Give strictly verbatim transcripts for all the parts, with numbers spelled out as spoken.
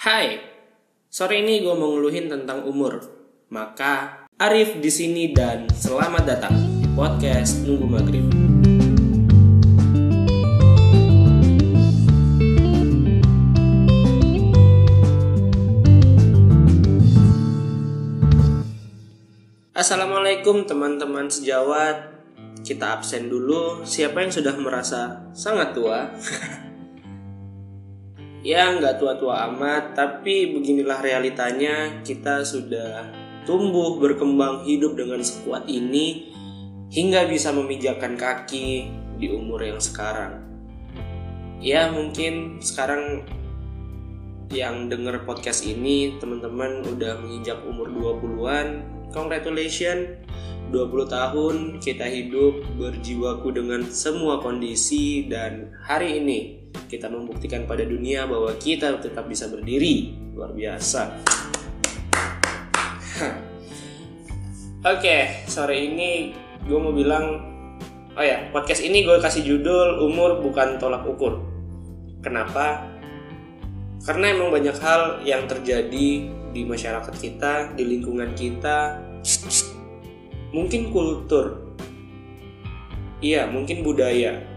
Hai, sore ini gue mau ngeluhin tentang umur. Maka Arif di sini dan selamat datang di podcast Nunggu Maghrib. Assalamualaikum teman-teman sejawat. Kita absen dulu. Siapa yang sudah merasa sangat tua? Ya nggak tua-tua amat, tapi beginilah realitanya. Kita sudah tumbuh, berkembang, hidup dengan sekuat ini hingga bisa memijakkan kaki di umur yang sekarang. Ya mungkin sekarang yang denger podcast ini teman-teman udah menginjak umur dua puluhan. Congratulations, dua puluh tahun kita hidup berjiwaku dengan semua kondisi, dan hari ini kita membuktikan pada dunia bahwa kita tetap bisa berdiri. Luar biasa. Oke, okay, sore ini gue mau bilang, oh ya, podcast ini gue kasih judul umur bukan tolak ukur. Kenapa? Karena emang banyak hal yang terjadi di masyarakat kita, di lingkungan kita, mungkin kultur, iya mungkin budaya.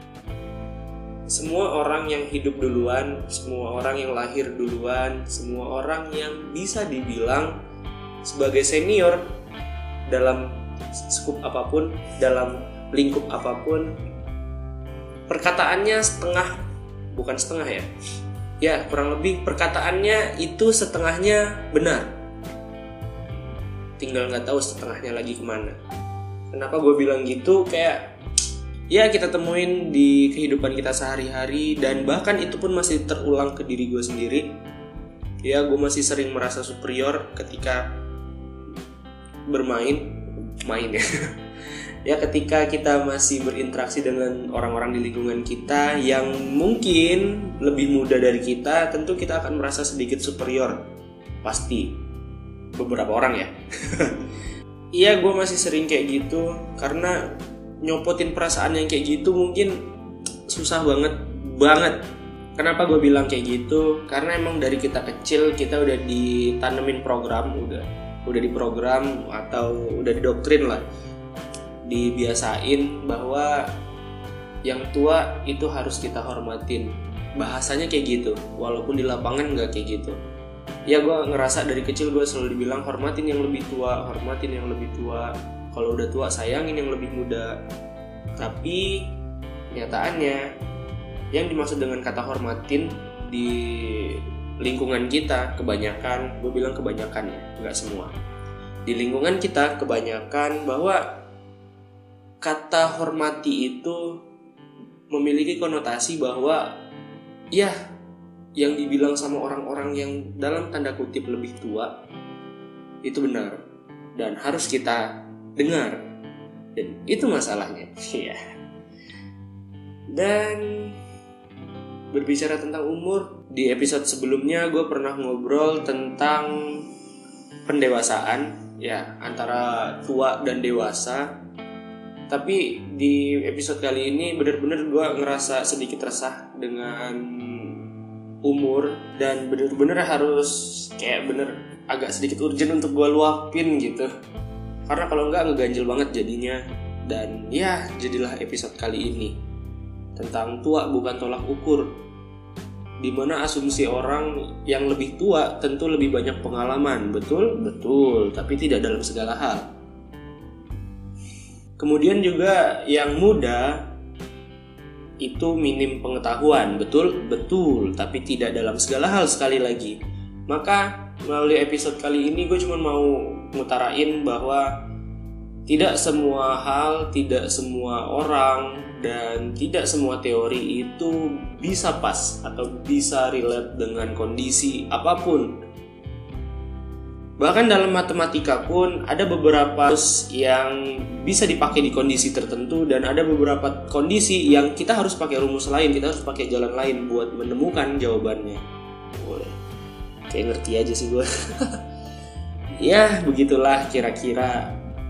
Semua orang yang hidup duluan, semua orang yang lahir duluan, semua orang yang bisa dibilang sebagai senior dalam skup apapun, dalam lingkup apapun, perkataannya setengah, bukan setengah ya, ya kurang lebih perkataannya itu setengahnya benar, tinggal nggak tahu setengahnya lagi kemana. Kenapa gue bilang gitu? Kayak ya kita temuin di kehidupan kita sehari-hari, dan bahkan itu pun masih terulang ke diri gue sendiri. Ya gue masih sering merasa superior ketika bermain main ya ya ketika kita masih berinteraksi dengan orang-orang di lingkungan kita yang mungkin lebih muda dari kita. Tentu kita akan merasa sedikit superior, pasti beberapa orang ya. Iya gue masih sering kayak gitu, karena nyopotin perasaan yang kayak gitu mungkin susah banget banget. Kenapa gue bilang kayak gitu? Karena emang dari kita kecil kita udah ditanemin program, udah udah diprogram atau udah didoktrin lah, dibiasain bahwa yang tua itu harus kita hormatin. Bahasanya kayak gitu, walaupun di lapangan nggak kayak gitu. Ya gue ngerasa dari kecil gue selalu dibilang hormatin yang lebih tua, hormatin yang lebih tua. Kalau udah tua sayangin yang lebih muda. Tapi kenyataannya yang dimaksud dengan kata hormatin di lingkungan kita kebanyakan, gue bilang kebanyakan ya, nggak semua. Di lingkungan kita kebanyakan bahwa kata hormati itu memiliki konotasi bahwa ya yang dibilang sama orang-orang yang dalam tanda kutip lebih tua itu benar dan harus kita dengar, dan itu masalahnya. Iya. Dan berbicara tentang umur, di episode sebelumnya gue pernah ngobrol tentang pendewasaan, ya antara tua dan dewasa. Tapi di episode kali ini benar-benar gue ngerasa sedikit resah dengan umur, dan benar-benar harus kayak bener agak sedikit urgent untuk gue luapin gitu. Karena kalau enggak ngeganjel banget jadinya. Dan ya jadilah episode kali ini tentang tua bukan tolak ukur, dimana asumsi orang yang lebih tua tentu lebih banyak pengalaman. Betul? Betul, tapi tidak dalam segala hal. Kemudian juga yang muda itu minim pengetahuan. Betul? Betul, tapi tidak dalam segala hal sekali lagi. Maka melalui episode kali ini gue cuma mau ngutarain bahwa tidak semua hal, tidak semua orang, dan tidak semua teori itu bisa pas atau bisa relate dengan kondisi apapun. Bahkan dalam matematika pun ada beberapa yang bisa dipakai di kondisi tertentu, dan ada beberapa kondisi yang kita harus pakai rumus lain, kita harus pakai jalan lain buat menemukan jawabannya. Boleh. Kayak ngerti aja sih gue. Ya begitulah kira-kira.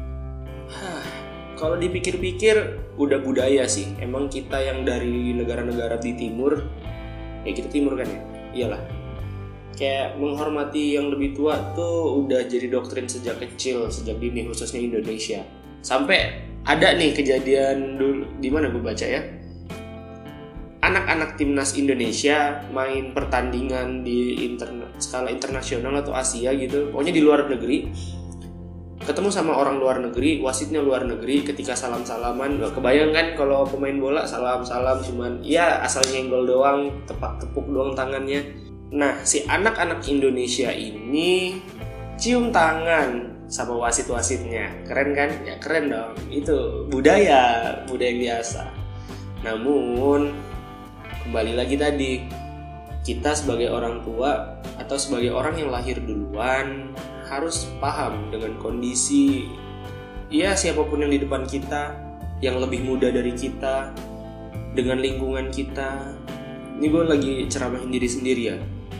Kalau dipikir-pikir udah budaya sih. Emang kita yang dari negara-negara di timur, ya kita timur kan ya, iyalah. kayak menghormati yang lebih tua tuh udah jadi doktrin sejak kecil, sejak dini, khususnya Indonesia. Sampai ada nih kejadian dulu, di mana gue baca ya, anak-anak timnas Indonesia main pertandingan di interna- skala internasional atau Asia gitu, pokoknya di luar negeri, ketemu sama orang luar negeri, wasitnya luar negeri, ketika salam-salaman, gak kebayang kan kalau pemain bola salam-salam cuman ya asal nyenggol doang, tepak-tepuk doang tangannya. Nah, si anak-anak Indonesia ini cium tangan sama wasit-wasitnya. Keren kan? Ya keren dong. Itu budaya, budaya biasa. Namun, kembali lagi tadi, kita sebagai orang tua atau sebagai orang yang lahir duluan harus paham dengan kondisi ya siapapun yang di depan kita, yang lebih muda dari kita, dengan lingkungan kita. Ini gue lagi ceramahin diri sendiri ya.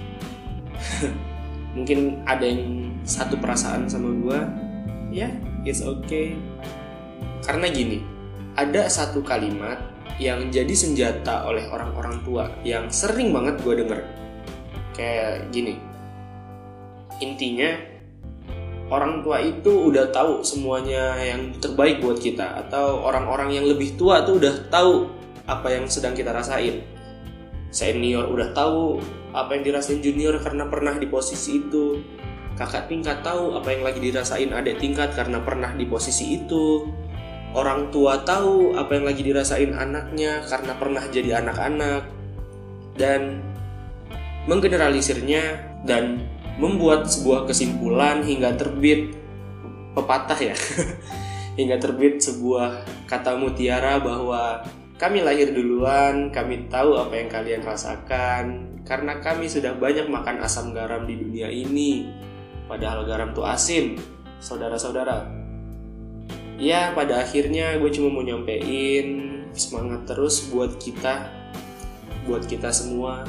Mungkin ada yang satu perasaan sama gue, ya, yeah, it's okay. Karena gini, ada satu kalimat yang jadi senjata oleh orang-orang tua yang sering banget gue denger. Kayak gini, intinya orang tua itu udah tahu semuanya yang terbaik buat kita, atau orang-orang yang lebih tua tuh udah tahu apa yang sedang kita rasain. Senior udah tahu apa yang dirasain junior karena pernah di posisi itu. Kakak tingkat tahu apa yang lagi dirasain adik tingkat karena pernah di posisi itu. Orang tua tahu apa yang lagi dirasain anaknya karena pernah jadi anak-anak. Dan menggeneralisirnya dan membuat sebuah kesimpulan hingga terbit pepatah ya. Hingga terbit sebuah kata mutiara bahwa kami lahir duluan, kami tahu apa yang kalian rasakan, karena kami sudah banyak makan asam garam di dunia ini. Padahal garam tuh asin, saudara-saudara. Ya, pada akhirnya gue cuma mau nyampein semangat terus buat kita, buat kita semua.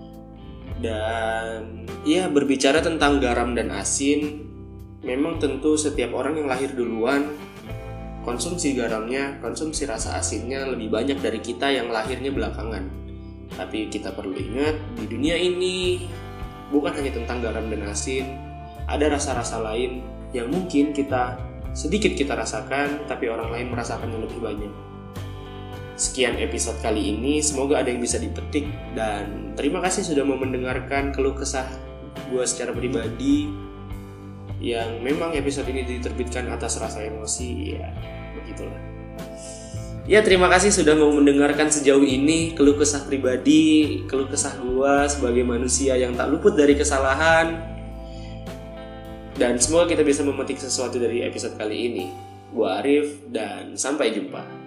Dan ya, berbicara tentang garam dan asin, memang tentu setiap orang yang lahir duluan, konsumsi garamnya, konsumsi rasa asinnya lebih banyak dari kita yang lahirnya belakangan. Tapi kita perlu ingat, di dunia ini bukan hanya tentang garam dan asin, ada rasa-rasa lain yang mungkin kita sedikit kita rasakan, tapi orang lain merasakannya lebih banyak. Sekian episode kali ini, semoga ada yang bisa dipetik, dan terima kasih sudah mau mendengarkan keluh kesah gue secara pribadi, yang memang episode ini diterbitkan atas rasa emosi, ya begitulah. Ya, terima kasih sudah mau mendengarkan sejauh ini keluh kesah pribadi, keluh kesah gua sebagai manusia yang tak luput dari kesalahan. Dan semoga kita bisa memetik sesuatu dari episode kali ini. Gua Arif, dan sampai jumpa.